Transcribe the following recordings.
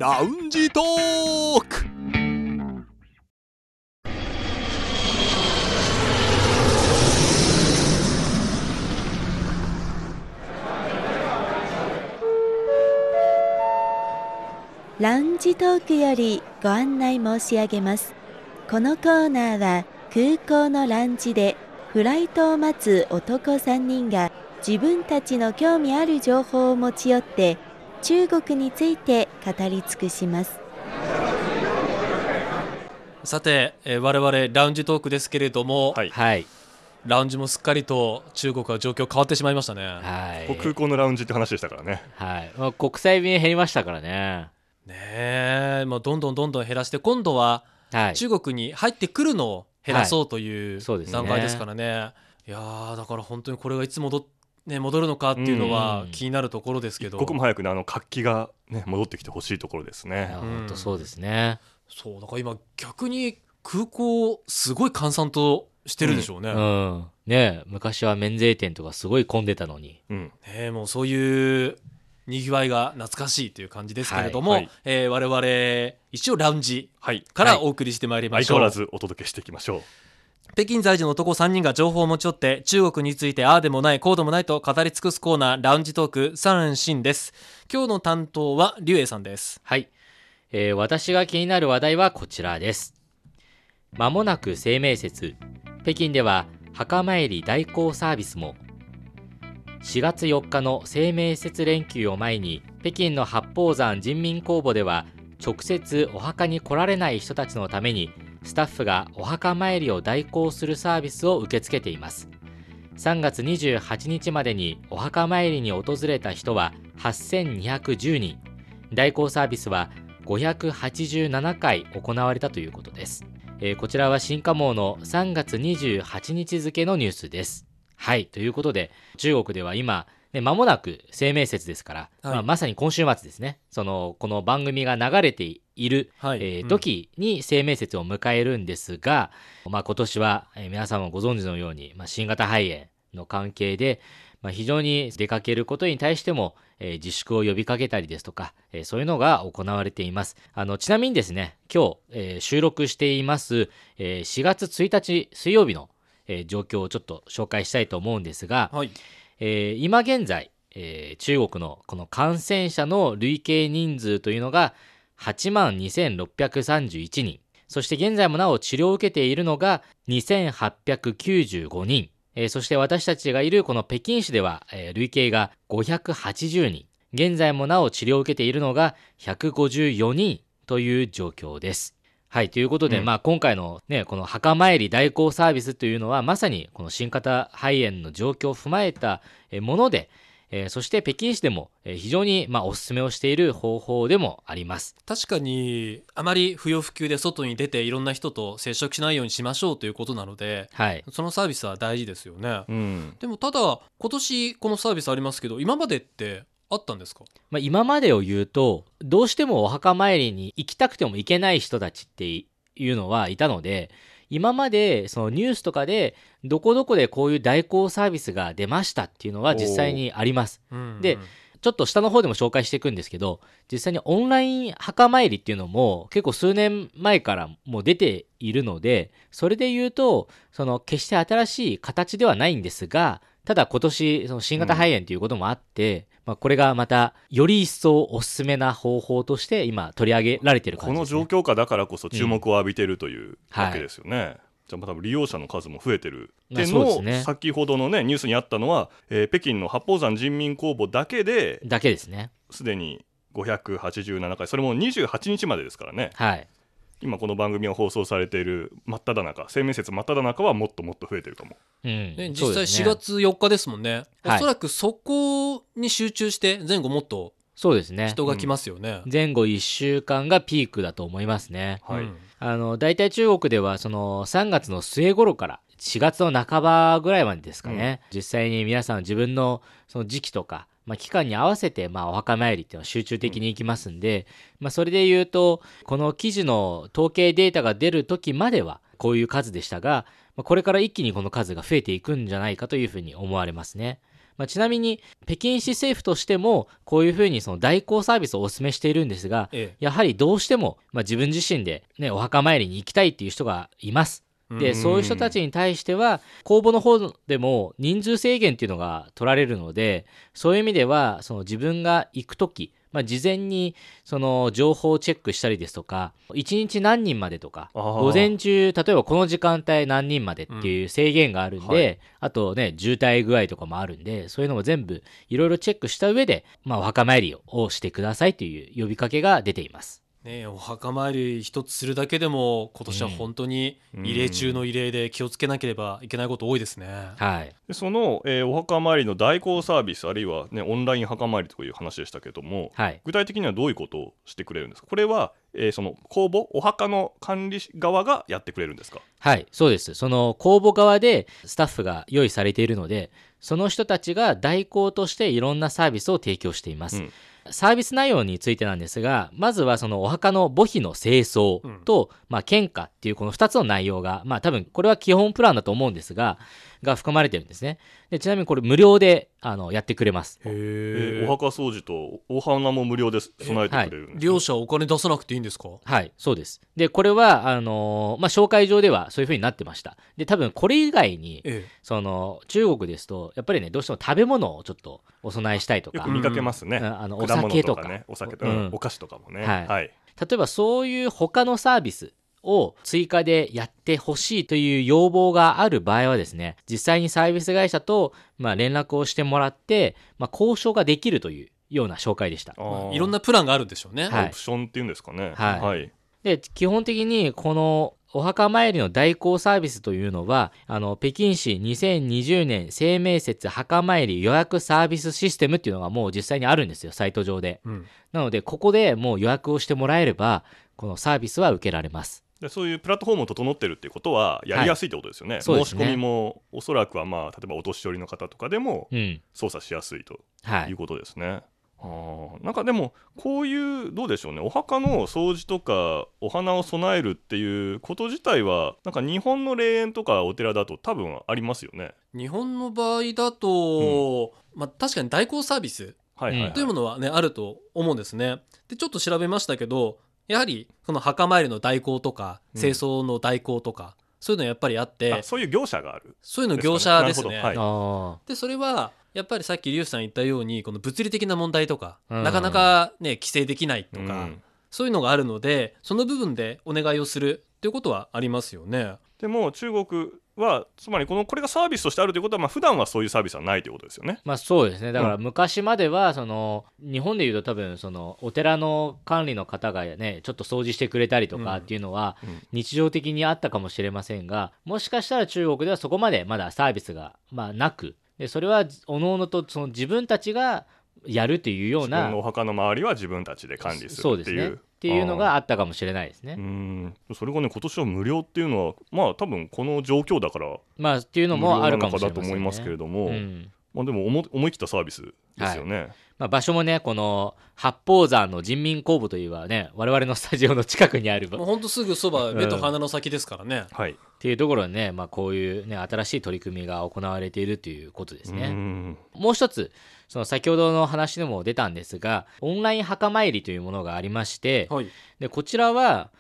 ラウンジトーク。 ラウンジトークよりご案内申し上げます。このコーナーは空港のラウンジでフライトを待つ男3人が自分たちの興味ある情報を持ち寄って中国について語り尽くします。 さて、我々ラウンジトークですけれども、 はい、 ラウンジもすっかりと中国は状況変わってしまいましたね。 はい、 空港のラウンジって話でしたからね。 はい、国際便減りましたからね。 ねえ、どんどん減らして今度は中国に入ってくるのを減らそうという段階ですからね。いやー、だから本当にこれがいつ戻るのかっていうのは気になるところですけど、 一刻も早くね、活気が、ね、戻ってきてほしいところですね。 本当そうですね。 そうだから今逆に空港すごい閑散としてるでしょうね。 ね、昔は免税店とかすごい混んでたのに、 もうそういうにぎわいが懐かしいという感じですけれども、我々一応ラウンジからお送りしてまいりましょう。 相変わらずお届けしていきましょう。 北京在住の男3人が情報を持ち寄って中国についてああでもないこうでもないと語り尽くすコーナー、ラウンジトーク三新です。今日の担当は劉英さんです。 はい、私が気になる話題はこちらです。まもなく清明節、北京では墓参り代行サービスも。4月4日の清明節連休を前に、北京の八宝山人民公墓では直接お墓に来られない人たちのためにスタッフがお墓参りを代行するサービスを受け付けています。3月28日までにお墓参りに訪れた人は8210人、代行サービスは587回行われたということです。こちらは新華網の3月28日付のニュースです。はい、ということで中国では今間もなく清明節ですから、まさに今週末ですね。この番組が流れている、時に清明節を迎えるんですが、今年は、皆さんもご存知のように、新型肺炎の関係で、非常に出かけることに対しても、自粛を呼びかけたりですとか、そういうのが行われています。ちなみにですね、今日、収録しています、4月1日水曜日の、状況をちょっと紹介したいと思うんですが、今現在、中国のこの感染者の累計人数というのが82,631人、そして現在もなお治療を受けているのが2,895人、そして私たちがいるこの北京市では、累計が580人、現在もなお治療を受けているのが154人という状況です。はい、ということで、今回のね、この墓参り代行サービスというのはまさにこの新型肺炎の状況を踏まえたもので、そして北京市でも非常にお勧めをしている方法でもあります。 確かにあまり不要不急で外に出ていろんな人と接触しないようにしましょうということなので、そのサービスは大事ですよね。でもただ今年このサービスありますけど、今までってあったんですか？ 今までを言うと、どうしてもお墓参りに行きたくても行けない人たちっていうのはいたので、今までそのニュースとかでどこどこでこういう代行サービスが出ましたっていうのは実際にあります。で、ちょっと下の方でも紹介していくんですけど、実際にオンライン墓参りっていうのも結構数年前からもう出ているので、それで言うと決して新しい形ではないんですが、ただ今年その新型肺炎ということもあって、これがまたより一層おすすめな方法として今取り上げられている感じですね。 この状況下だからこそ注目を浴びているというわけですよね。じゃあ多分利用者の数も増えてるっていうのを、先ほどのねニュースにあったのは、北京の八宝山人民公墓だけですね。 すでに587回、それも28日までですからね。今この番組が放送されている真っ只中、清明節真っ只中はもっともっと増えてるかも。 実際4月4日ですもんね。おそらくそこに集中して前後もっと人が来ますよね。 前後1週間がピークだと思いますね。だいたい中国ではその3月の末頃から4月の半ばぐらいまでですかね、実際に皆さん自分のその時期とか、期間に合わせてお墓参りっていうのは集中的に行きますんで、それで言うとこの記事の統計データが出る時まではこういう数でしたが、これから一気にこの数が増えていくんじゃないかというふうに思われますね。 ちなみに北京市政府としてもこういうふうにその代行サービスをお勧めしているんですが、やはりどうしても、自分自身で、お墓参りに行きたいっていう人がいます。でそういう人たちに対しては公募の方でも人数制限っていうのが取られるので、そういう意味ではその自分が行くとき、事前にその情報をチェックしたりですとか、1日何人までとか、午前中例えばこの時間帯何人までっていう制限があるんで、あとね渋滞具合とかもあるんで、そういうのも全部いろいろチェックした上で、お墓参りをしてくださいという呼びかけが出ています。 お墓参り一つするだけでも今年は本当に異例中の異例で気をつけなければいけないこと多いですね。 でその、お墓参りの代行サービス、あるいは、オンライン墓参りという話でしたけども、具体的にはどういうことをしてくれるんですか？これは、その公募、お墓の管理側がやってくれるんですか？ はい、そうです。その公募側でスタッフが用意されているので、その人たちが代行としていろんなサービスを提供しています。サービス内容についてなんですが、まずはそのお墓の墓碑の清掃と、献花っていうこの2つの内容が、多分これは基本プランだと思うんですが含まれてるんですね。でちなみにこれ無料でやってくれます。 お墓掃除とお花も無料で備えてくれるんですね。 両者お金出さなくていいんですか？ はい、そうです。でこれは紹介状ではそういう風になってました。で多分これ以外に、その中国ですとやっぱりね、どうしても食べ物をちょっとお供えしたいとかよく見かけますね。 お酒とかね、お酒とお菓子とかもね。 例えばそういう他のサービスを追加でやってほしいという要望がある場合はですね、実際にサービス会社と連絡をしてもらって、交渉ができるというような紹介でした。 いろんなプランがあるんでしょうね。 オプションっていうんですかね。 で基本的にこのお墓参りの代行サービスというのは北京市2020年清明節墓参り予約サービスシステムっていうのがもう実際にあるんですよ、サイト上で。なのでここでもう予約をしてもらえればこのサービスは受けられます。 でそういうプラットフォームを整ってるっていうことはやりやすいってことですよね。 そうですね。 申し込みもおそらくは例えばお年寄りの方とかでも操作しやすいということですね。なんかでもこういうどうでしょうね、お墓の掃除とかお花を供えるっていうこと自体はなんか日本の霊園とかお寺だと多分ありますよね。 日本の場合だと、確かに代行サービスというものはね、あると思うんですね。でちょっと調べましたけど、やはりその墓参りの代行とか清掃の代行とか、そういうのやっぱりあって、 そういう業者がある、 そういうの業者ですね。でそれはやっぱりさっきリュウさん言ったようにこの物理的な問題とか、なかなかね規制できないとか、そういうのがあるのでその部分でお願いをするっていうことはありますよね。 でも中国はつまりこれがサービスとしてあるということは、普段はそういうサービスはないということですよね。 そうですね。だから昔まではその日本でいうと多分そのお寺の管理の方がねちょっと掃除してくれたりとかっていうのは日常的にあったかもしれませんが、もしかしたら中国ではそこまでまだサービスがなく、でそれはおのおのとその自分たちがやるというような、 自分のお墓の周りは自分たちで管理するっていう、 っていうのがあったかもしれないですね。 それがね今年は無料っていうのは多分この状況だからっていうのもあるかもしれませんね。 無料なのかだと思いますけれども、でも思い切ったサービスですよね。 場所もねこの八宝山の人民公墓というはね我々のスタジオの近くにある、 もうほんとすぐそば、目と鼻の先ですからね。 っていうところでね、こういうね新しい取り組みが行われているということですね。もう一つその先ほどの話でも出たんですが、オンライン墓参りというものがありまして、でこちらは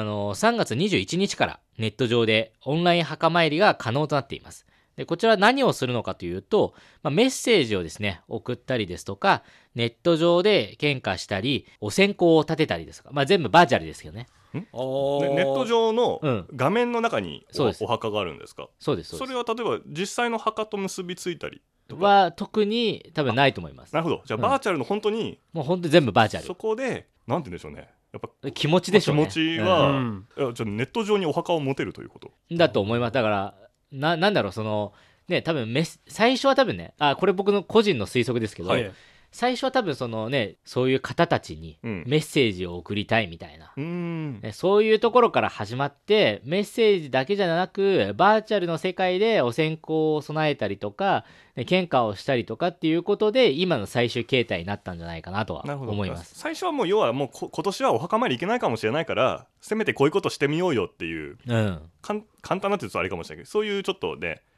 3月21日からネット上でオンライン墓参りが可能となっています。でこちら何をするのかというと、メッセージをですね送ったりですとか、ネット上で献花したりお線香を立てたりですとか、全部バーチャルですけどね。 ネット上の画面の中にお墓があるんですか？ そうです。 それは例えば実際の墓と結びついたりは特に多分ないと思います。 なるほど。じゃあバーチャルの本当に、 もう本当に全部バーチャル。 そこでなんて言うんでしょうね、やっぱ気持ちでしょうね。 気持ちは、じゃあネット上にお墓を持てるということだと思います。だからなんだろう、そのね、多分最初は多分ね、これ僕の個人の推測ですけど、最初は多分そのねそういう方たちにメッセージを送りたいみたいな、そういうところから始まって、メッセージだけじゃなくバーチャルの世界でお線香を備えたりとか献花をしたりとかっていうことで今の最終形態になったんじゃないかなとは思います。 最初はもう要はもう今年はお墓参り行けないかもしれないからせめてこういうことしてみようよっていう、簡単なって言うとあれかもしれないけど、そういうちょっとね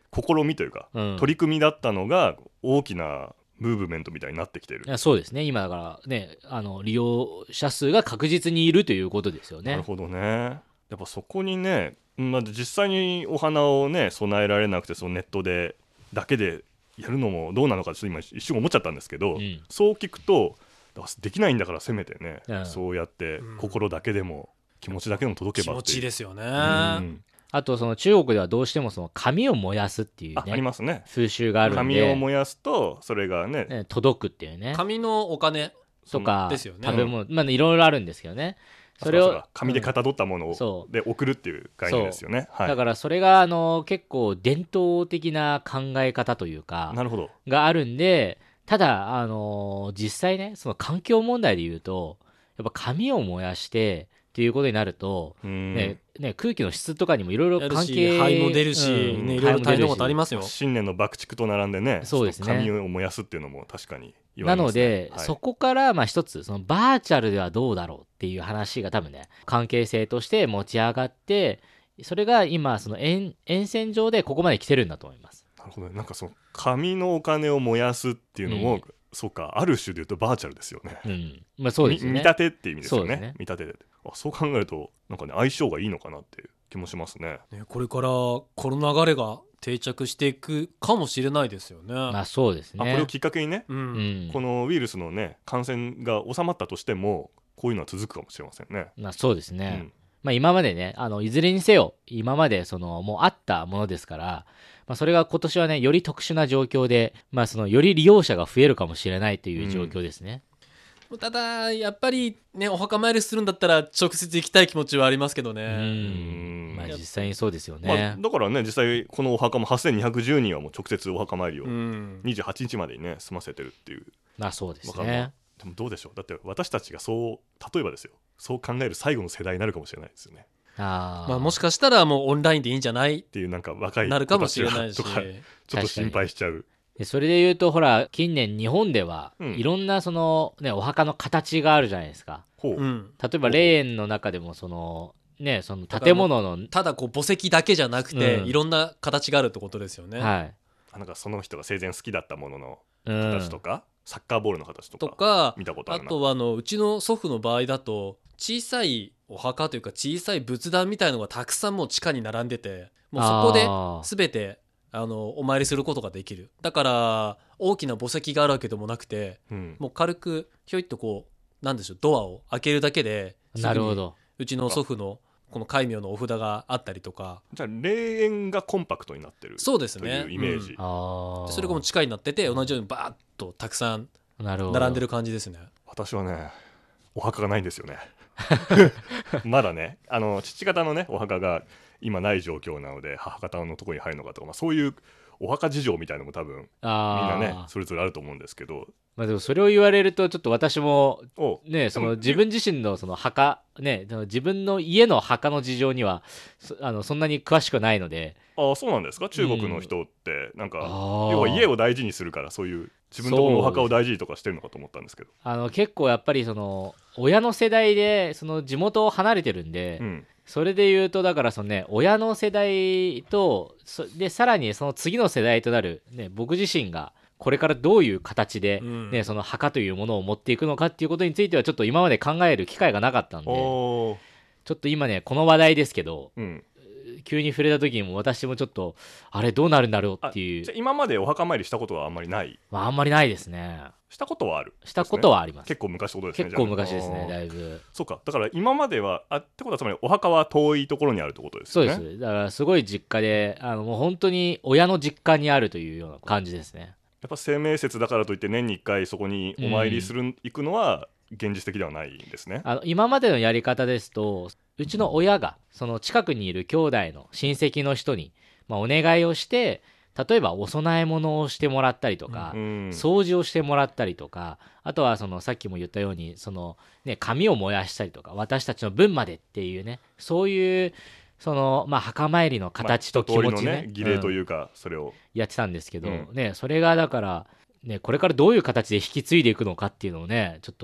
試みというか、取り組みだったのが大きなムーブメントみたいになってきてる。 いやそうですね。今だからね、利用者数が確実にいるということですよね。 なるほどね。やっぱそこにね、実際にお花をね備えられなくて、そのネットでだけでやるのもどうなのかちょっと今一瞬思っちゃったんですけど、そう聞くとできないんだからせめてね、そうやって心だけでも、気持ちだけでも届けばっていう気持ちいいですよね。 あとその中国ではどうしてもその紙を燃やすっていうね、 ありますね、 風習があるんで、 紙を燃やすとそれがね届くっていうね、 紙のお金とかですよね、 食べ物、いろいろあるんですけどね、それを紙でかたどったものを、で送るっていう概念ですよね、 だからそれが結構伝統的な考え方というかなるほどがあるんで、ただ実際ね、その環境問題でいうとやっぱ紙を燃やしてっていうことになると、空気の質とかにもいろいろ関係、 灰も出るし、いろいろ大変なことありますよ。 新年の爆竹と並んでね、 そうですね、 紙を燃やすっていうのも確かに言われますね。 なので、そこから一つそのバーチャルではどうだろうっていう話が多分ね、関係性として持ち上がって、それが今その沿線上でここまで来てるんだと思います。 なるほど、なんかその紙のお金を燃やすっていうのも、そうか、ある種でいうとバーチャルですよね。 そうですね。 見立てって意味ですよね。見立てで、そう考えるとなんかね、相性がいいのかなっていう気もしますね。 これからこの流れが定着していくかもしれないですよね。 そうですね。 これをきっかけにね、このウイルスのね感染が収まったとしても、こういうのは続くかもしれませんね。 そうですね。今までね、いずれにせよ今までもうあったものですから、それが今年はねより特殊な状況で、より利用者が増えるかもしれないという状況ですね。 ただやっぱりね、お墓参りするんだったら直接行きたい気持ちはありますけどね。 実際にそうですよね。 だからね、実際このお墓も8210人はもう直接お墓参りを28日までにね済ませてるっていう。 そうですね。 でもどうでしょう、だって私たちが例えばですよ、そう考える最後の世代になるかもしれないですよね。 もしかしたらもうオンラインでいいんじゃないっていうなんか若いなるかもしれないし、 ちょっと心配しちゃう。 それでいうとほら、近年日本ではいろんなお墓の形があるじゃないですか。例えば霊園の中でもその建物のただ墓石だけじゃなくて、いろんな形があるってことですよね。 なんかその人が生前好きだったものの形とか、サッカーボールの形とか見たことあるな。 あとはうちの祖父の場合だと、小さいお墓というか小さい仏壇みたいのがたくさんもう地下に並んでて、もうそこで全てお参りすることができる。だから大きな墓石があるわけでもなくて、もう軽くひょいっとなんでしょう、ドアを開けるだけで、 なるほど、 うちの祖父のこの戒名のお札があったりとか。 じゃあ霊園がコンパクトになってる。 そうですね、 というイメージ。 それがもう地下になってて、同じようにバーッとたくさん並んでる感じですね。 私はね、お墓がないんですよね。まだね、父方のねお墓が今ない状況なので、母方のところに入るのかとか、そういうお墓事情みたいなのも多分みんなねそれぞれあると思うんですけど、 でもそれを言われるとちょっと私もね、自分自身の墓ね、自分の家の墓の事情にはそんなに詳しくないので。 そうなんですか。中国の人ってなんか、要は家を大事にするから、そういう自分のところのお墓を大事にとかしてるのかと思ったんですけど、 結構やっぱり親の世代で地元を離れてるんで、それで言うとだから親の世代とでさらにその次の世代となる、僕自身がこれからどういう形で、その墓というものを持っていくのかっていうことについてはちょっと今まで考える機会がなかったんで、ちょっと今ねこの話題ですけど、急に触れた時にも私もちょっとあれどうなるんだろうっていう。 じゃ今までお墓参りしたことはあんまりない？ あんまりないですね。 したことはある？ したことはあります。 結構昔ってことですね。 結構昔ですね、だいぶ。 そうか、だから今まではってことはつまりお墓は遠いところにあるってことですよね。 そうです。だからすごい実家でもう本当に親の実家にあるというような感じですね。 やっぱ清明節だからといって年に1回そこにお参り行くのは現実的ではないんですね。 今までのやり方ですと、うちの親がその近くにいる兄弟の親戚の人に、お願いをして、例えばお供え物をしてもらったりとか、掃除をしてもらったりとか、あとはさっきも言ったように紙を燃やしたりとか、私たちの分までっていうね、そういう墓参りの形と気持ちね、 儀礼というか、それをやってたんですけど、それがだから、これからどういう形で引き継いでいくのかっていうのをね、ちょっと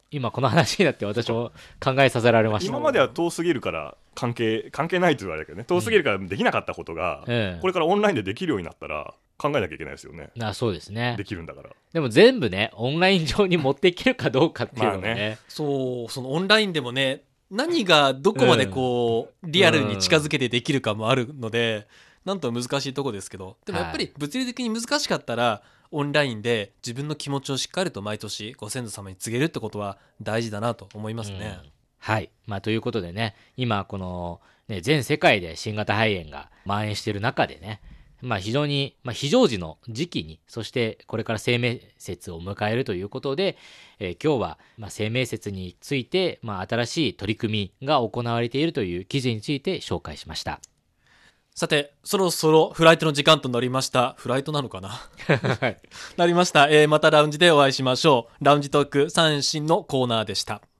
今この話になって私も考えさせられました。 今までは遠すぎるから関係ないと言われるけどね、遠すぎるからできなかったことが、これからオンラインでできるようになったら考えなきゃいけないですよね。 そうですね。 できるんだから。 でも全部ねオンライン上に持っていけるかどうかっていうのがね、 そのオンラインでもね、何がどこまでこう、リアルに近づけてできるかもあるので、なんと難しいとこですけど、でもやっぱり物理的に難しかったら、オンラインで自分の気持ちをしっかりと毎年ご先祖様に告げるってことは大事だなと思いますね。 はい、ということでね、今この、ね、全世界で新型肺炎が蔓延している中でね、非常に、非常時の時期に、そしてこれから清明節を迎えるということで、今日は、清明節について、新しい取り組みが行われているという記事について紹介しました。 さて、そろそろフライトの時間となりました。フライトなのかななりました。またラウンジでお会いしましょう。ラウンジトーク三振のコーナーでした。